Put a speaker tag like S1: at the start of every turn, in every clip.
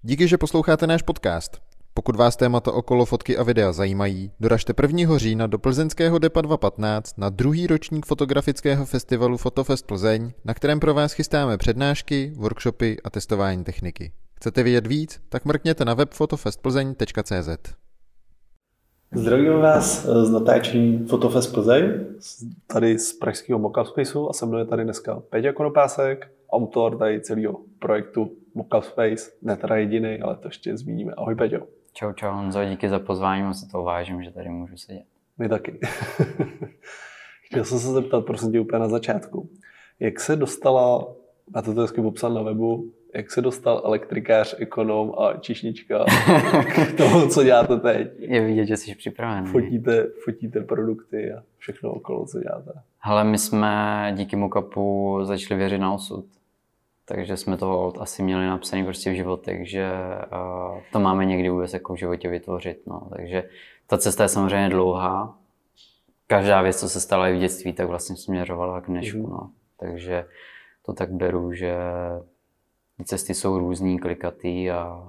S1: Díky, že posloucháte náš podcast. Pokud vás témata okolo fotky a videa zajímají, doražte 1. října do plzeňského Depa 215 na druhý ročník fotografického festivalu Fotofest Plzeň, na kterém pro vás chystáme přednášky, workshopy a testování techniky. Chcete vědět víc? Tak mrkněte na web fotofestplzeň.cz.
S2: Zdravím vás z natáčení Fotofest Plzeň, tady z pražského Mockup Spaceu a se mnou je tady dneska Peťa Konopásek, autor tady celého projektu Mockup Space, ne teda jediný, ale to ještě zmíníme. Ahoj Peťo.
S3: Čau Honzo, díky za pozvání, moc si to vážím, že tady můžu sedět.
S2: My taky. Chtěl jsem se zeptat, prosím tě, úplně na začátku. Jak se dostala, a to hezky popsat na webu, jak se dostal elektrikář, ekonom a číšnička k tomu, co děláte teď?
S3: Je vidět, že jsi připravený.
S2: Fotíte produkty a všechno okolo, co děláte.
S3: Hele, my jsme díky Mockupu začali věřit na osud. Takže jsme toho asi měli napsaný prostě v životech, že to máme někdy vůbec jako v životě vytvořit. No. Takže ta cesta je samozřejmě dlouhá. Každá věc, co se stala i v dětství, tak vlastně směřovala k dnešku. No. Takže to tak beru, že cesty jsou různý, klikatý a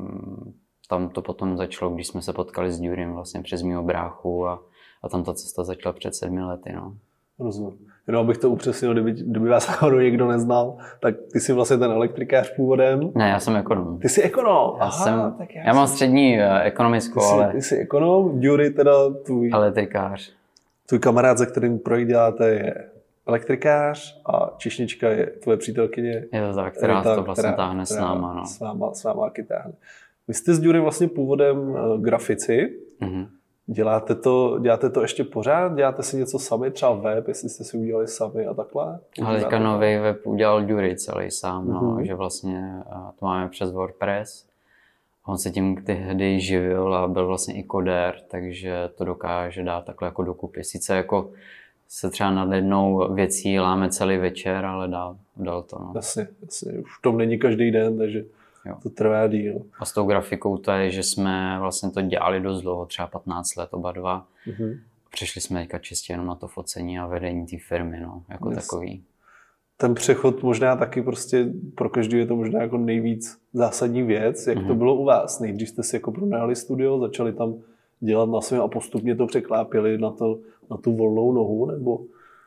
S3: tam to potom začalo, když jsme se potkali s Durym vlastně přes mýho bráchu a tam ta cesta začala před 7 lety. No.
S2: Rozumím. Jenom abych to upřesnil, kdyby vás náhodou někdo neznal, tak ty jsi vlastně ten elektrikář původem.
S3: Ne, já jsem ekonom.
S2: Ty jsi ekonom?
S3: Já mám střední ekonomickou, ale...
S2: Ty jsi ekonom, Dury teda tvůj...
S3: Elektrikář.
S2: Tvůj kamarád, za kterým projekt děláte, je elektrikář a číšnička je tvoje přítelkyně.
S3: Je to tak, která to vlastně táhne s náma. No.
S2: S váma taky táhne. Vy jste s Dury vlastně původem grafici.
S3: Mm-hmm.
S2: Děláte to ještě pořád? Děláte si něco sami, třeba web, jestli jste si udělali sami a takhle?
S3: Ale teďka nový web udělal Dury celý sám, no, že vlastně to máme přes WordPress. On se tím tehdy živil a byl vlastně i kodér, takže to dokáže dát takhle jako dokupy. Sice jako se třeba nad jednou věcí láme celý večer, ale dal to. No.
S2: Jasně. Už v tom není každý den, takže jo. To trvá díl.
S3: A s tou grafikou to je, že jsme vlastně to dělali dost dlouho, třeba 15 let oba dva. Mm-hmm. Přišli jsme teďka čistě jenom na to focení a vedení té firmy, no, jako takový.
S2: Ten přechod možná taky prostě pro každý je to možná jako nejvíc zásadní věc. Jak to bylo u vás? Nejdřív jste si jako pronajali studio, začali tam dělat na svém a postupně to překlápěli na tu volnou nohu, nebo?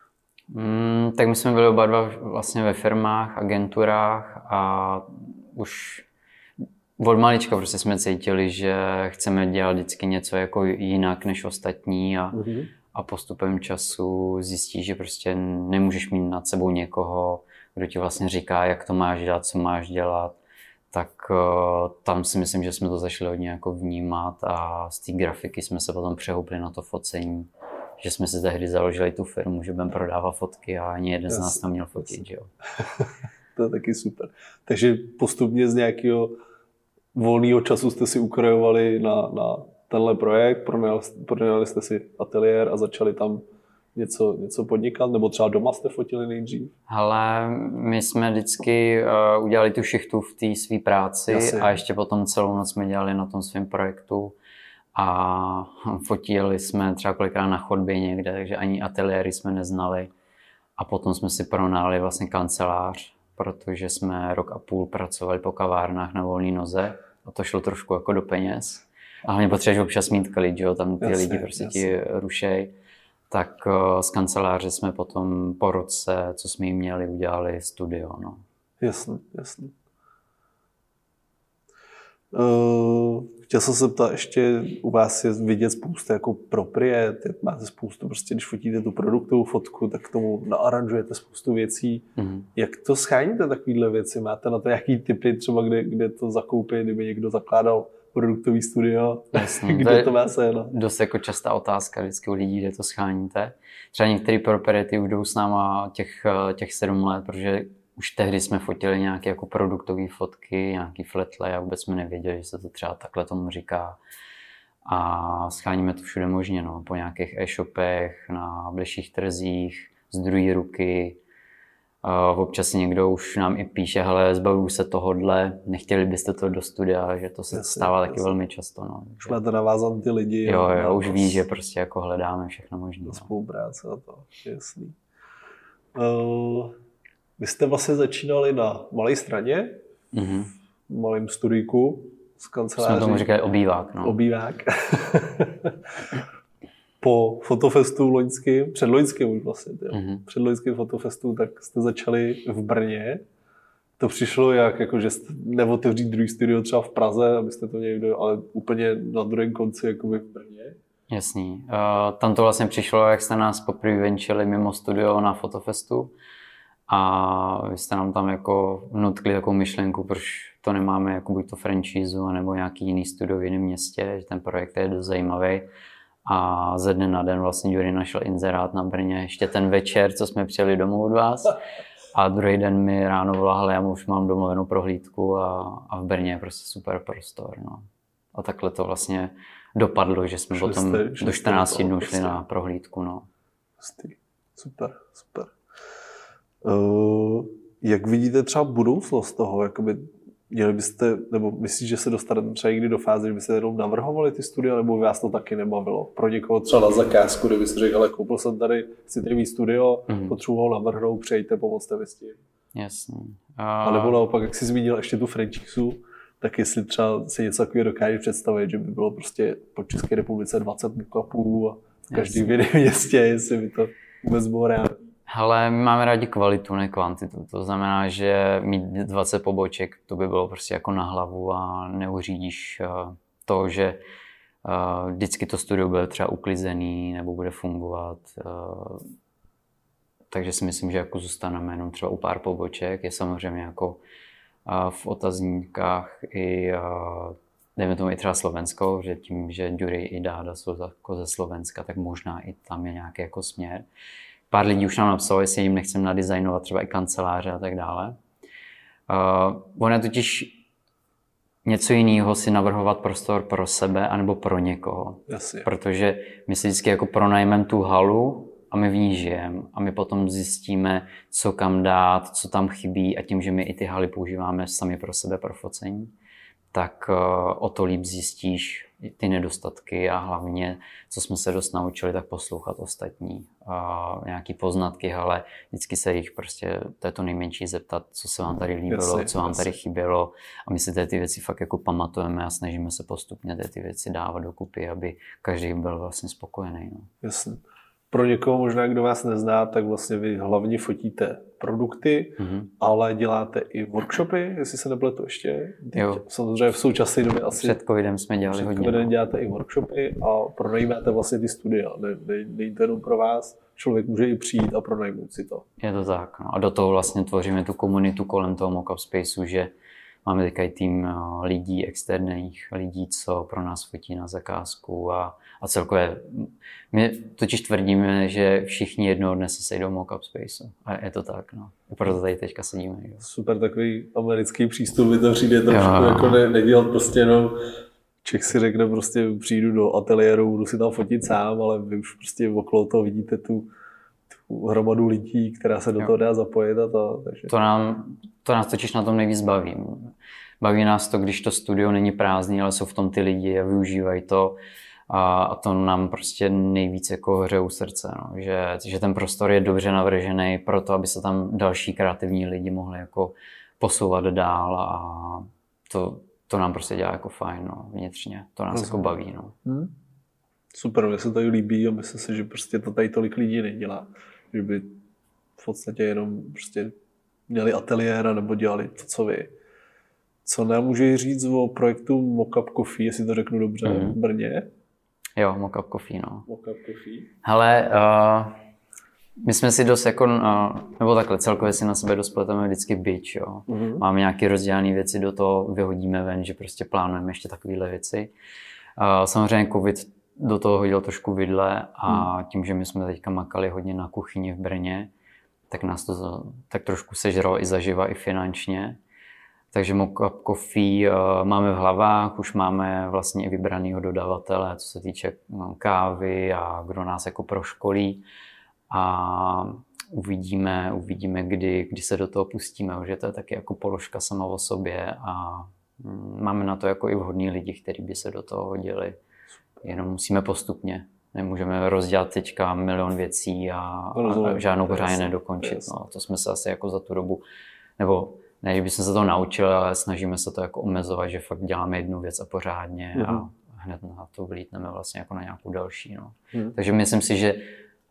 S3: Tak my jsme byli oba dva vlastně ve firmách, agenturách a už od malička prostě jsme cítili, že chceme dělat vždycky něco jako jinak než ostatní a postupem času zjistíš, že prostě nemůžeš mít nad sebou někoho, kdo ti vlastně říká, jak to máš dělat, co máš dělat. Tak tam si myslím, že jsme to začali hodně jako vnímat a z té grafiky jsme se potom přehoupli na to focení. Že jsme si tehdy založili tu firmu, že budeme prodávat fotky a ani jeden z nás neměl fotit, že jo.
S2: To je taky super. Takže postupně z nějakého volného času jste si ukrojovali na tenhle projekt, pronajali jste si ateliér a začali tam něco podnikat, nebo třeba doma jste fotili nejdřív?
S3: Hele, my jsme vždycky udělali tu šichtu v té své práci. Jasně. A ještě potom celou noc jsme dělali na tom svém projektu a fotili jsme třeba kolikrát na chodbě někde, takže ani ateliéry jsme neznali a potom jsme si pronajali vlastně kancelář, protože jsme rok a půl pracovali po kavárnách na volné noze a to šlo trošku jako do peněz. A hlavně potřebuješ občas mít klid, že jo, tam ty lidi prostě ti rušej. Tak z kanceláře jsme potom po roce, co jsme jim měli, udělali studio, no.
S2: Jasně. Chtěl jsem se ptat, ještě u vás je vidět spousta jako propriet, máte spoustu, prostě když fotíte tu produktovou fotku, tak k tomu naaranžujete spoustu věcí. Mm-hmm. Jak to scháníte takovýhle věci? Máte na to nějaký tipy třeba, kde to zakoupit, kdyby někdo zakládal produktový studio?
S3: Jasně,
S2: kde to má se?
S3: Dost jako častá otázka vždycky u lidí, kde to scháníte. Třeba některé propriety už jdou s náma těch 7 let, protože už tehdy jsme fotili nějaké jako produktové fotky, nějaký flatlay a vůbec jsme nevěděli, že se to třeba takhle tomu říká. A scháníme to všude možně, no, po nějakých e-shopech, na bližších trzích, z druhé ruky. Občas někdo už nám i píše, hele, zbavuju se tohodle, nechtěli byste to do studia, že to se stává taky velmi často. No.
S2: Už máte navázat ty lidi.
S3: Jo, už ví, že prostě jako hledáme všechno možné.
S2: Spolupráce a to, jasný. Vy jste vlastně začínali na Malé Straně, malým studijku z kanceláří.
S3: Jsme tomu říkali obývák. No.
S2: Obývák. Po Fotofestu loňským, předloňským už vlastně, předloňským Fotofestu, tak jste začali v Brně. To přišlo jak, jako, že jste neotevřít druhý studio třeba v Praze, abyste to někdo, ale úplně na druhém konci, jakoby v Brně.
S3: Jasný. Tam to vlastně přišlo, jak jste nás poprvé venčili mimo studio na Fotofestu a vy jste nám tam jako vnutkli takovou myšlenku, proč to nemáme jako buď to franchízu, nebo nějaký jiný studio v jiném městě, že ten projekt je dost zajímavý. A ze dne na den vlastně Jury našel inzerát na Brně ještě ten večer, co jsme přijeli domů od vás. A druhý den mi ráno volal, já už mám domluvenou prohlídku a v Brně je prostě super prostor. No. A takhle to vlastně dopadlo, že jsme potom do 14 dnů šli na prohlídku. No.
S2: Super. Jak vidíte třeba budoucnost toho? Jakoby měli byste, nebo myslíš, že se dostanete třeba někdy do fáze, že byste jenom navrhovali ty studia, nebo by vás to taky nebavilo? Pro někoho třeba na zakázku, kdybyste řekl, ale koupil jsem tady, chci tady mít studio, potřebuji ho navrhnout, přejďte, pomocte mi s tím.
S3: Jasný.
S2: A nebo naopak, jak jsi zmínil ještě tu franchízu, tak jestli třeba si něco takového dokáže představit, že by bylo prostě po České republice 20 mock-upů a v každém jiném městě, jestli by to vůbec bylo reálné.
S3: Ale my máme rádi kvalitu, ne kvantitu. To znamená, že mít 20 poboček, to by bylo prostě jako na hlavu a neuřídíš to, že vždycky to studio bude třeba uklizený nebo bude fungovat. Takže si myslím, že jako zůstaneme jenom třeba u pár poboček. Je samozřejmě jako v otazníkách i dejme tomu i třeba Slovensko, že tím, že Jury i Dáda jsou jako ze Slovenska, tak možná i tam je nějaký jako směr. Pár lidí už nám napsalo, jestli jim nechcem nadizajnovat třeba i kanceláře a tak dále. Ono je totiž něco jiného si navrhovat prostor pro sebe anebo pro někoho.
S2: Jasně.
S3: Protože my si vždycky jako pronajmeme tu halu a my v ní žijeme a my potom zjistíme, co kam dát, co tam chybí a tím, že my i ty haly používáme sami pro sebe pro focení, tak o to líp zjistíš ty nedostatky a hlavně, co jsme se dost naučili, tak poslouchat ostatní. Nějaký poznatky, ale vždycky se jich prostě, to je to nejmenší, zeptat, co se vám tady líbilo, co vám tady chybělo a my si ty věci fakt jako pamatujeme a snažíme se postupně ty věci dávat dokupy, aby každý byl vlastně spokojený. No.
S2: Jasně. Pro někoho možná, kdo vás nezná, tak vlastně vy hlavně fotíte produkty, ale děláte i workshopy, jestli se nepletu ještě.
S3: Jo.
S2: Samozřejmě v současné době asi...
S3: Před covidem jsme dělali hodně.
S2: Před děláte i workshopy a pronajímáte vlastně ty studia. Není to jenom pro vás, člověk může i přijít a pronajmout si to.
S3: Je to tak. No. A do toho vlastně tvoříme tu komunitu kolem toho Mockup Spaceu, že máme teďka i tým lidí, externích lidí, co pro nás fotí na zakázku a celkově. My totiž tvrdíme, že všichni jednoho dne se sejdou Mockup Spaceu. A je to tak, no. I proto tady teďka sedíme. Jo.
S2: Super, takový americký přístup, mi to přijde trošku jako nedělat prostě jenom Čech si řekne prostě přijdu do ateliéru, budu si tam fotit sám, ale vy už prostě okolo toho vidíte tu hromadu lidí, která se do toho dá zapojit a to. Takže...
S3: To nás totiž na tom nejvíc baví. Baví nás to, když to studio není prázdný, ale jsou v tom ty lidi a využívají to. A to nám prostě nejvíc jako hoře u srdce. No. Že ten prostor je dobře navržený pro to, aby se tam další kreativní lidi mohli jako posouvat dál a to nám prostě dělá jako fajn, no, vnitřně. To nás jako baví. No.
S2: Super, mně se to líbí a myslím si, že prostě to tady tolik lidí nedělá. Že by v podstatě jenom prostě měli ateliéra nebo dělali to, co vy. Co nám může říct o projektu Mockup Coffee, jestli to řeknu dobře, v Brně?
S3: Jo, Mockup Coffee, no.
S2: Mockup Coffee.
S3: Hele, my jsme si dost jako, nebo takhle, celkově si na sebe dost pleteme vždycky bič, jo. Máme nějaké rozdělané věci, do toho vyhodíme ven, že prostě plánujeme ještě takovéhle věci. Samozřejmě covid do toho hodil trošku vidle a tím, že my jsme teďka makali hodně na kuchyni v Brně, tak nás to tak trošku sežralo i zaživa, i finančně. Takže Mockup Coffee máme v hlavách, už máme vlastně i vybranýho dodavatele, co se týče kávy a kdo nás jako proškolí. A uvidíme kdy se do toho pustíme, že to je taky jako položka sama o sobě a máme na to jako i vhodný lidi, kteří by se do toho hodili. Jenom musíme postupně. Nemůžeme rozdělat teďka milion věcí a žádnou pořádně nedokončit. No, to jsme se asi jako za tu dobu, nebo Ne, že bychom se to naučili, ale snažíme se to jako omezovat, že fakt děláme jednu věc a pořádně a hned na to vlítneme vlastně jako na nějakou další. No. Takže myslím si, že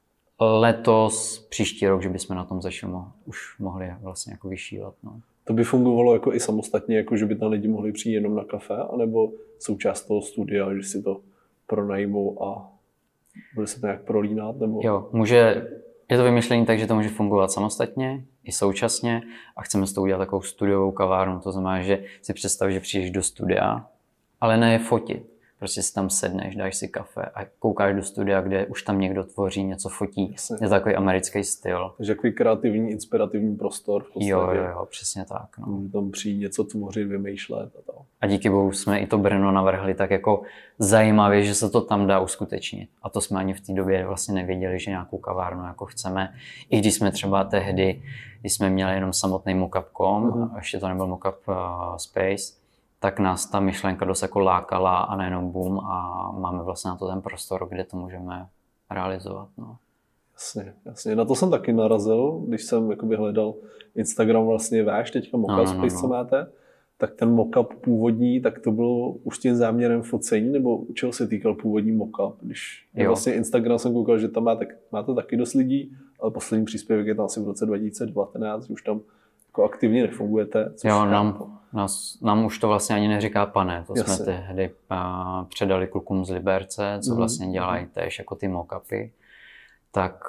S3: letos, příští rok, že bychom na tom začali už mohli vlastně jako vyšívat. No.
S2: To by fungovalo jako i samostatně, jako že by tam lidi mohli přijít jenom na kafe, anebo součást toho studia, že si to pronajmou a bude se to nějak prolínat? Nebo...
S3: Jo, je to vymyšlení tak, že to může fungovat samostatně i současně a chceme s toho udělat takovou studiovou kavárnu. To znamená, že si představ, že přijdeš do studia, ale ne je fotit. Prostě si tam sedneš, dáš si kafe a koukáš do studia, kde už tam někdo tvoří, něco fotí. Jasně. Je to takový americký styl.
S2: Takže takový kreativní, inspirativní prostor v podstatě.
S3: Jo, přesně tak. No.
S2: Může tam přijít něco tvořit, vymýšlet a to.
S3: A díky bohu jsme i to Brno navrhli tak jako zajímavě, že se to tam dá uskutečnit. A to jsme ani v té době vlastně nevěděli, že nějakou kavárnu jako chceme. I když jsme třeba tehdy, když jsme měli jenom samotný mockup.com, a ještě to nebyl mockup space, tak nás ta myšlenka dost jako lákala a nejenom boom a máme vlastně na to ten prostor, kde to můžeme realizovat. No.
S2: Jasně. Na to jsem taky narazil, když jsem jakoby hledal Instagram vlastně váš, teďka mockup space, co máte, tak ten mockup původní, tak to bylo už tím záměrem focení, nebo čeho se týkal původní mockup? Když vlastně Instagram jsem koukal, že tam máte taky dost lidí, ale poslední příspěvek je tam asi v roce 2019, už tam jako aktivně nefungujete.
S3: Jo, nám už to vlastně ani neříká pane, to jsme tehdy předali klukům z Liberce, co vlastně dělají též jako ty mockupy, tak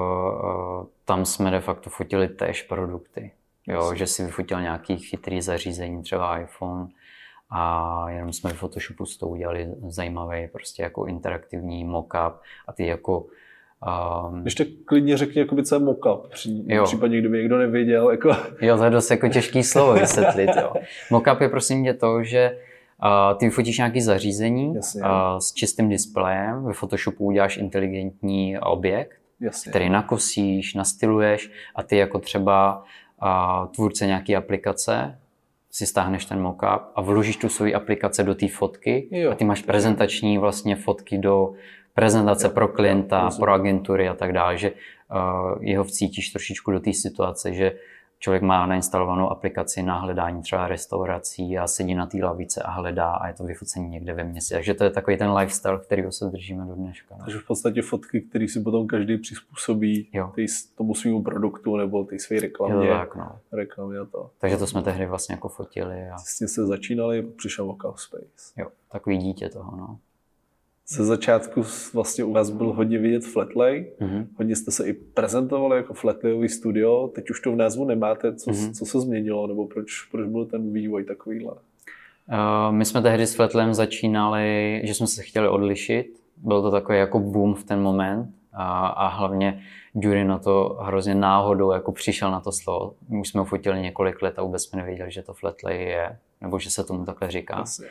S3: tam jsme de facto fotili též produkty. Jo, že si vyfotil nějaký chytrý zařízení, třeba iPhone a jenom jsme v Photoshopu s tou udělali zajímavý prostě jako interaktivní mockup a ty jako
S2: Ještě klidně řekni, jakoby, co je mockup, případně kdyby někdo nevěděl. Jako...
S3: Jo, to je dost jako těžký slovo vysvětlit. Jo. Mockup je prosím mě to, že ty vyfotíš nějaké zařízení s čistým displejem, ve Photoshopu uděláš inteligentní objekt, který nakosíš, nastyluješ a ty jako třeba tvůrce nějaké aplikace si stáhneš ten mockup a vložíš tu svou aplikaci do té fotky a ty máš prezentační vlastně fotky do prezentace pro klienta, pro agentury a tak dále, že jeho vcítíš trošičku do té situace, že člověk má nainstalovanou aplikaci na hledání třeba restaurací a sedí na té lavice a hledá a je to vyfocení někde ve městě. Takže to je takový ten lifestyle, kterýho se držíme do dneška.
S2: Takže v podstatě fotky, které si potom každý přizpůsobí tomu svýmu produktu nebo té své reklamě.
S3: Tak, no.
S2: Reklamě a to.
S3: Takže to jsme tehdy vlastně jako fotili. A...
S2: Vlastně se začínali, přišel mockup space.
S3: Jo, takový dítě toho, no.
S2: Ze začátku vlastně u vás byl hodně vidět Flatlay, hodně jste se i prezentovali jako Flatlayový studio, teď už to v názvu nemáte, co se změnilo, nebo proč byl ten vývoj takovýhle?
S3: My jsme tehdy s Flatlayem začínali, že jsme se chtěli odlišit, byl to takový jako boom v ten moment a hlavně Jury na to hrozně náhodou jako přišel na to slovo. My už jsme ho fotili několik let a vůbec jsme nevěděli, že to Flatlay je, nebo že se tomu takhle říká.
S2: Asi.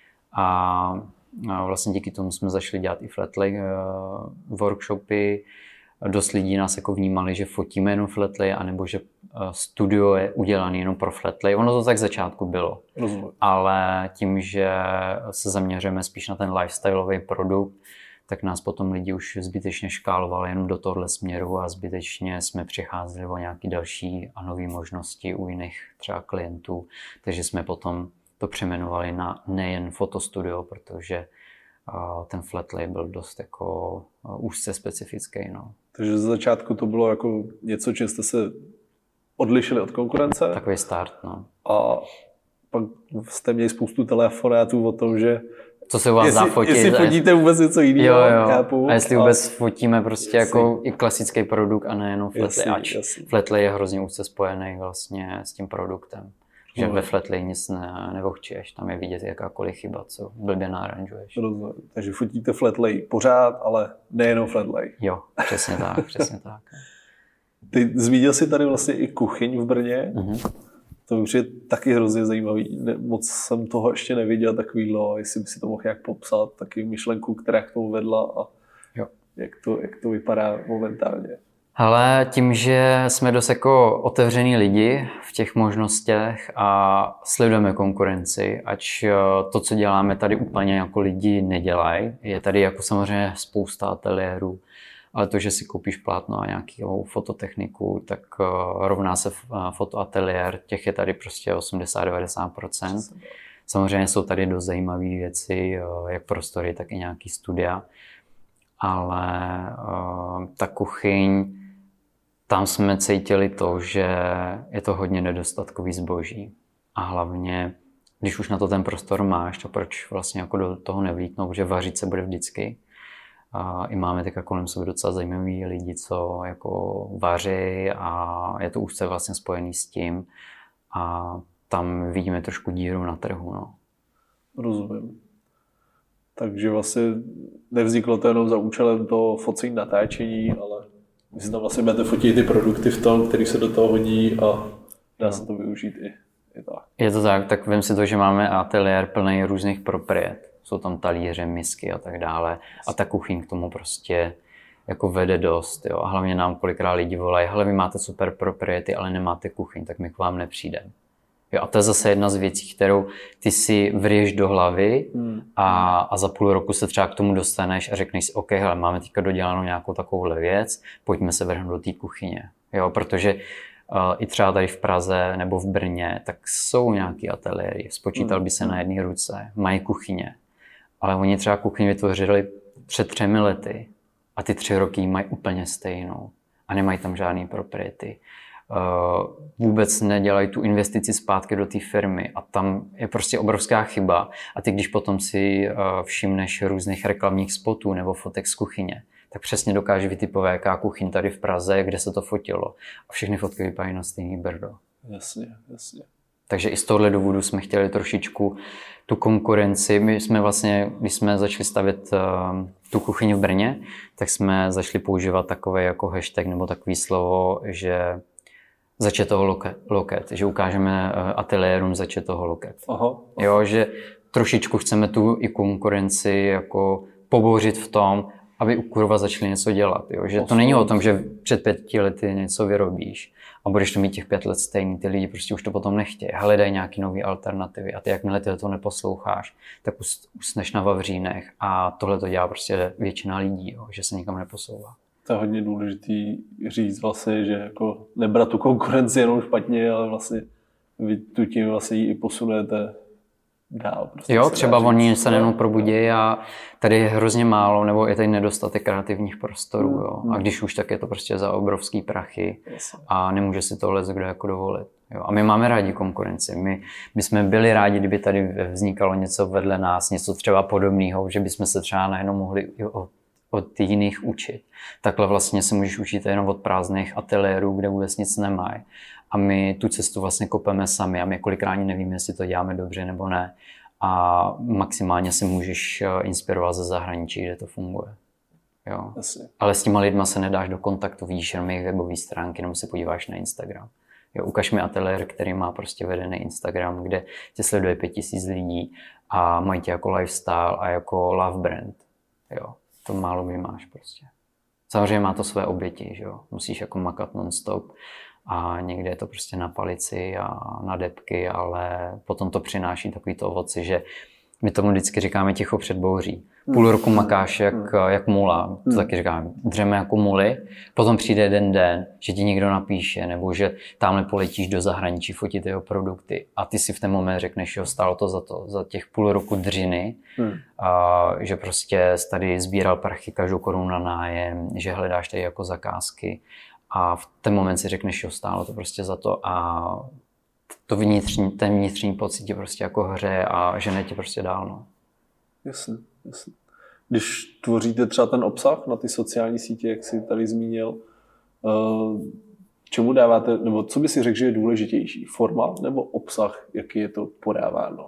S3: A vlastně díky tomu jsme začali dělat i Flatlay workshopy. Dost lidí nás jako vnímali, že fotíme jenom Flatlay, anebo že studio je udělané jenom pro Flatlay. Ono to tak začátku bylo. Ale tím, že se zaměřujeme spíš na ten lifestyleový produkt, tak nás potom lidi už zbytečně škálovali jenom do tohohle směru a zbytečně jsme přicházeli o nějaké další a nové možnosti u jiných třeba klientů. Takže jsme potom to přejmenovali na nejen fotostudio, protože ten Flatlay byl dost jako úzce specifický. No.
S2: Takže ze začátku to bylo jako něco, čím jste se odlišili od konkurence.
S3: Takový start, no.
S2: A pak jste měli spoustu telefonátů o tom, že
S3: co se u vás dá fotit.
S2: Jestli fotíte vůbec něco jiného, chápu.
S3: A jestli vůbec fotíme prostě jako i klasický produkt a nejenom Flatlay. Ač Flatlay je hrozně úzce spojený vlastně s tím produktem. Že ve Flatlay nic nevohčuješ, tam je vidět jakákoliv chyba, co blbě naranžuješ.
S2: Takže fotíte Flatlay pořád, ale nejenom Flatlay.
S3: Jo, přesně tak, přesně tak.
S2: Ty zmínil jsi tady vlastně i kuchyň v Brně. To už je taky hrozně zajímavý. Moc jsem toho ještě neviděl takovýhle, jestli by si to mohl jak popsat, taky myšlenku, která k tomu vedla a jak to vypadá momentálně.
S3: Ale tím, že jsme dost jako otevřený lidi v těch možnostech a sledujeme konkurenci, ač to, co děláme tady úplně jako lidi nedělají. Je tady jako samozřejmě spousta ateliérů ale to, že si koupíš plátno a nějakou fototechniku, tak rovná se fotoateliér, těch je tady prostě 80-90%. Samozřejmě jsou tady dost zajímavé věci, jak prostory, tak i nějaký studia, ale ta kuchyň, tam jsme cítili to, že je to hodně nedostatkový zboží. A hlavně, když už na to ten prostor máš, to proč vlastně jako do toho nevlítnout, že vařit se bude vždycky. I máme teďka kolem sebe docela zajímaví lidi, co jako vaří a je to úzce vlastně spojený s tím. A tam vidíme trošku díru na trhu. No.
S2: Rozumím. Takže vlastně nevzniklo to jenom za účelem toho focení, natáčení, ale vy si tam vlastně budete fotit ty produkty v tom, který se do toho hodí a dá se to využít i tak.
S3: Je to tak vem si to, že máme ateliér plný různých propriet. Jsou tam talíře, misky a tak dále. A ta kuchyň k tomu prostě jako vede dost. Jo. A hlavně nám kolikrát lidi volají, hele, vy máte super propriety, ale nemáte kuchyň, tak my k vám nepřijdeme. Jo, a to je zase jedna z věcí, kterou ty si vriješ do hlavy a za půl roku se třeba k tomu dostaneš a řekneš si, OK, hele, máme teďka dodělanou nějakou takovouhle věc, pojďme se vrhnout do té kuchyně. Jo, protože i třeba tady v Praze nebo v Brně, tak jsou nějaký ateliéry, spočítal by se na jedné ruce, mají kuchyně, ale oni třeba kuchyň vytvořili před 3 lety a ty 3 roky mají úplně stejnou a nemají tam žádný propriety. Vůbec nedělají tu investici zpátky do té firmy a tam je prostě obrovská chyba. A ty, když potom si všimneš různých reklamních spotů nebo fotek z kuchyně, tak přesně dokáže vytipovat, jaká kuchyň tady v Praze, kde se to fotilo. A všechny fotky vypadají na stejný brdo.
S2: Jasně.
S3: Takže i z tohohle důvodu jsme chtěli trošičku tu konkurenci. My jsme vlastně, když jsme začali stavět tu kuchyň v Brně, tak jsme začali používat takový jako hashtag nebo takový slovo, že začet toho loket, že ukážeme ateliérům začet toho loket.
S2: Aha.
S3: Jo, že trošičku chceme tu i konkurenci jako pobouřit v tom, aby u kurva začali něco dělat. Jo? Že to není o tom, že před 5 lety něco vyrobíš a budeš to mít těch 5 let stejný, ty lidi prostě už to potom nechtějí, hledají nějaké nové alternativy a ty jakmile ty to neposloucháš, tak usneš na vavřínech a tohle to dělá prostě většina lidí, jo? Že se nikam neposouvá.
S2: To je hodně důležitý říct vlastně, že jako nebrat tu konkurenci jenom špatně, ale vlastně vy tu tím vlastně i posunete dál. Prostě
S3: jo, třeba oni se jenom probudí a tady je hrozně málo, nebo je tady nedostatek kreativních prostorů. Jo. A když už, tak je to prostě za obrovský prachy a nemůže si tohle kdo jako dovolit. Jo. A my máme rádi konkurenci. My jsme byli rádi, kdyby tady vznikalo něco vedle nás, něco třeba podobného, že bychom se třeba najednou mohli od jiných učit. Takhle vlastně se můžeš učit jenom od prázdných ateliérů, kde vůbec nic nemají. A my tu cestu vlastně kopeme sami a my kolikrát ani nevíme, jestli to děláme dobře nebo ne. A maximálně si můžeš inspirovat ze zahraničí, kde to funguje. Jo. Ale s těma lidma se nedáš do kontaktu, vidíš jenom jejich webové stránky nebo si podíváš na Instagram. Jo, ukaž mi ateliér, který má prostě vedený Instagram, kde tě sleduje 5000 lidí a mají tě jako lifestyle a jako love brand. Jo. To málo kdy máš prostě. Samozřejmě má to své oběti, že jo. Musíš jako makat non-stop a někde je to prostě na palici a na debky, ale potom to přináší takový to ovoci, že my tomu vždycky říkáme ticho před bouří. Půl roku makáš jak mula, to taky říkáme, dřeme jako muly, potom přijde jeden den, že ti někdo napíše, nebo že tamhle poletíš do zahraničí fotit jeho produkty a ty si v ten moment řekneš, jo, stálo to za těch půl roku dřiny, že prostě tady sbíral prachy každou korunu na nájem, že hledáš tady jako zakázky a v ten moment si řekneš, jo, stálo to prostě za to a ten vnitřní pocit tě prostě jako hře a žene tě prostě dál. No.
S2: Jasně. Když tvoříte třeba ten obsah na ty sociální sítě, jak jsi tady zmínil, čemu dáváte, nebo co by si řekl, že je důležitější? Forma nebo obsah, jaký je to podáváno?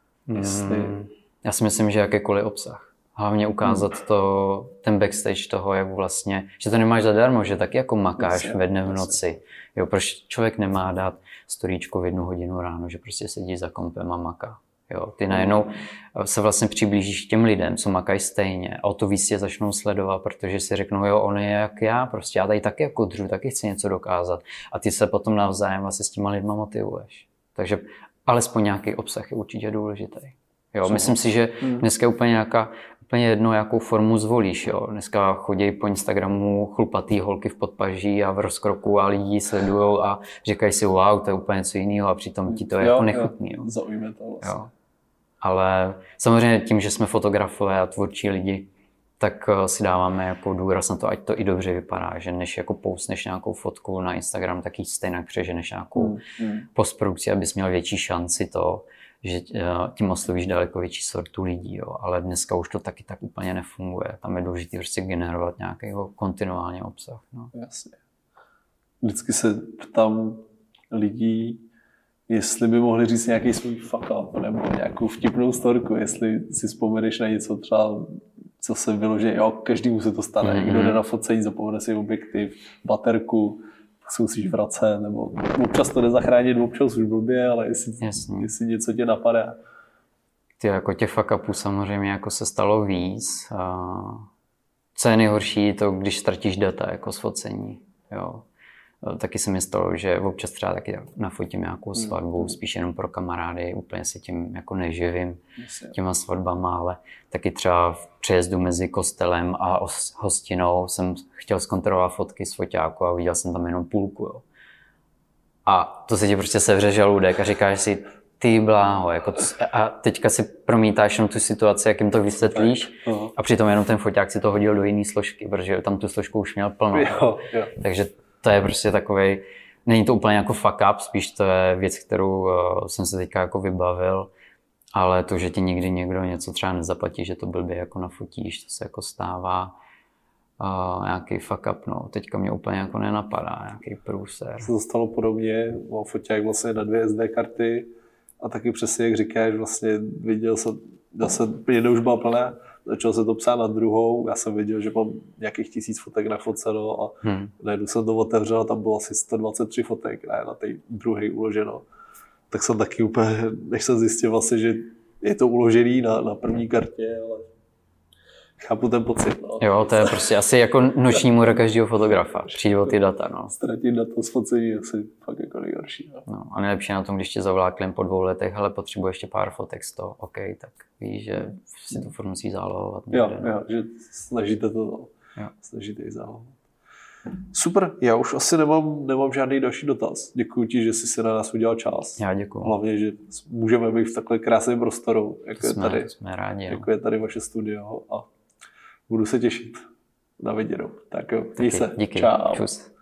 S3: Já si myslím, že jakýkoliv obsah. Hlavně ukázat ten backstage toho, jak vlastně, že to nemáš zadarmo, že taky jako makáš ve dne v noci. Jo, proč člověk nemá dát storíčko v 1 hodinu ráno, že prostě sedí za kompem a maká. Jo, ty najednou se vlastně přiblížíš těm lidem, co makají stejně a o to víc je začnou sledovat, protože si řeknou, jo, on je jak já, prostě já tady taky jako dřu, taky chci něco dokázat a ty se potom navzájem vlastně s těma lidma motivuješ. Takže alespoň nějaký obsah je určitě důležitý. Jo, myslím si, že dneska je úplně nějaká úplně jedno, jakou formu zvolíš. Jo. Dneska chodí po Instagramu chlupatý holky v podpaží a v rozkroku a lidi sledujou a říkají si wow, to je úplně něco jiného a přitom ti to je jako nechutný. Jo.
S2: Zaujme to vlastně. Jo.
S3: Ale samozřejmě tím, že jsme fotografové a tvůrčí lidi, tak si dáváme jako důraz na to, ať to i dobře vypadá, že než jako postneš nějakou fotku na Instagram, tak ji stejně přeženeš nějakou postprodukci, abys měl větší šanci to, že tím oslovíš daleko větší sortu lidí, jo. Ale dneska už to taky tak úplně nefunguje. Tam je důležité prostě generovat nějakého kontinuálně obsah. No.
S2: Jasně. Vždycky se ptám lidí, jestli by mohli říct nějaký svůj fuck up, nebo nějakou vtipnou storku, jestli si vzpomeneš na něco třeba, co se vyloží, jo, každému se to stane. Někdo jde na focení, zapomene si objektiv, baterku, tak se musíš vracet, nebo občas to jde zachránit, občas už blbě, ale jestli něco tě napadá.
S3: Jako těch fuck upů samozřejmě jako se stalo víc. Co je nejhorší, to když ztratíš data jako z focení. Jo. Taky se mi stalo, že občas třeba taky nafotím nějakou svatbu, spíš jenom pro kamarády, úplně se tím jako neživím těma svatbama, ale taky třeba v přejezdu mezi kostelem a hostinou jsem chtěl zkontrolovat fotky z foťáku a viděl jsem tam jenom půlku. Jo. A to se ti prostě sevře žaludek a říkáš si, ty bláho, jako a teďka si promítáš jenom tu situaci, jak jim to vysvětlíš a přitom jenom ten foťák si to hodil do jiné složky, protože tam tu složku už měl plno.
S2: Jo.
S3: Takže to je prostě takovej, není to úplně jako fuck up, spíš to je věc, kterou jsem se teďka jako vybavil, ale to, že ti nikdy někdo něco třeba nezaplatí, že to blbě jako nafotíš, to se jako stává. Nějaký fuck up, no. Teďka mě úplně jako nenapadá, nějaký průser.
S2: Se to stalo podobně, mám foťák vlastně na 2 SD karty a taky přesně jak říkáš, vlastně viděl jsem, zase jedna už byla plná, začal se to psát na druhou, já jsem viděl, že mám nějakých 1000 fotek nafoceno a najednou jsem to otevřel a tam bylo asi 123 fotek na té druhé uloženo. Tak jsem taky úplně, než jsem zjistil vlastně, že je to uložený na první kartě, ale chápu ten pocit. No.
S3: Jo, to je prostě asi jako noční můra každého fotografa, přijde o ty data. No.
S2: Ztratit data z focení je asi fakt jako nejhorší.
S3: No. A nejlepší na tom, když tě zavolá klient po 2 letech, ale potřebuje ještě pár fotek z toho, OK, tak víš, že si to furt musí zálohovat.
S2: Jo, že snažíte to, snažíte i zálohovat. Super, já už asi nemám žádný další dotaz. Děkuji ti, že jsi si na nás udělal čas.
S3: Já děkuji.
S2: Hlavně, že můžeme být v takhle krásném prostoru, jako je tady.
S3: Jsme rádi.
S2: Jako je tady vaše studio a budu se těšit na viděnou. Tak jo, díky se.
S3: Díky.
S2: Čau.
S3: Čus.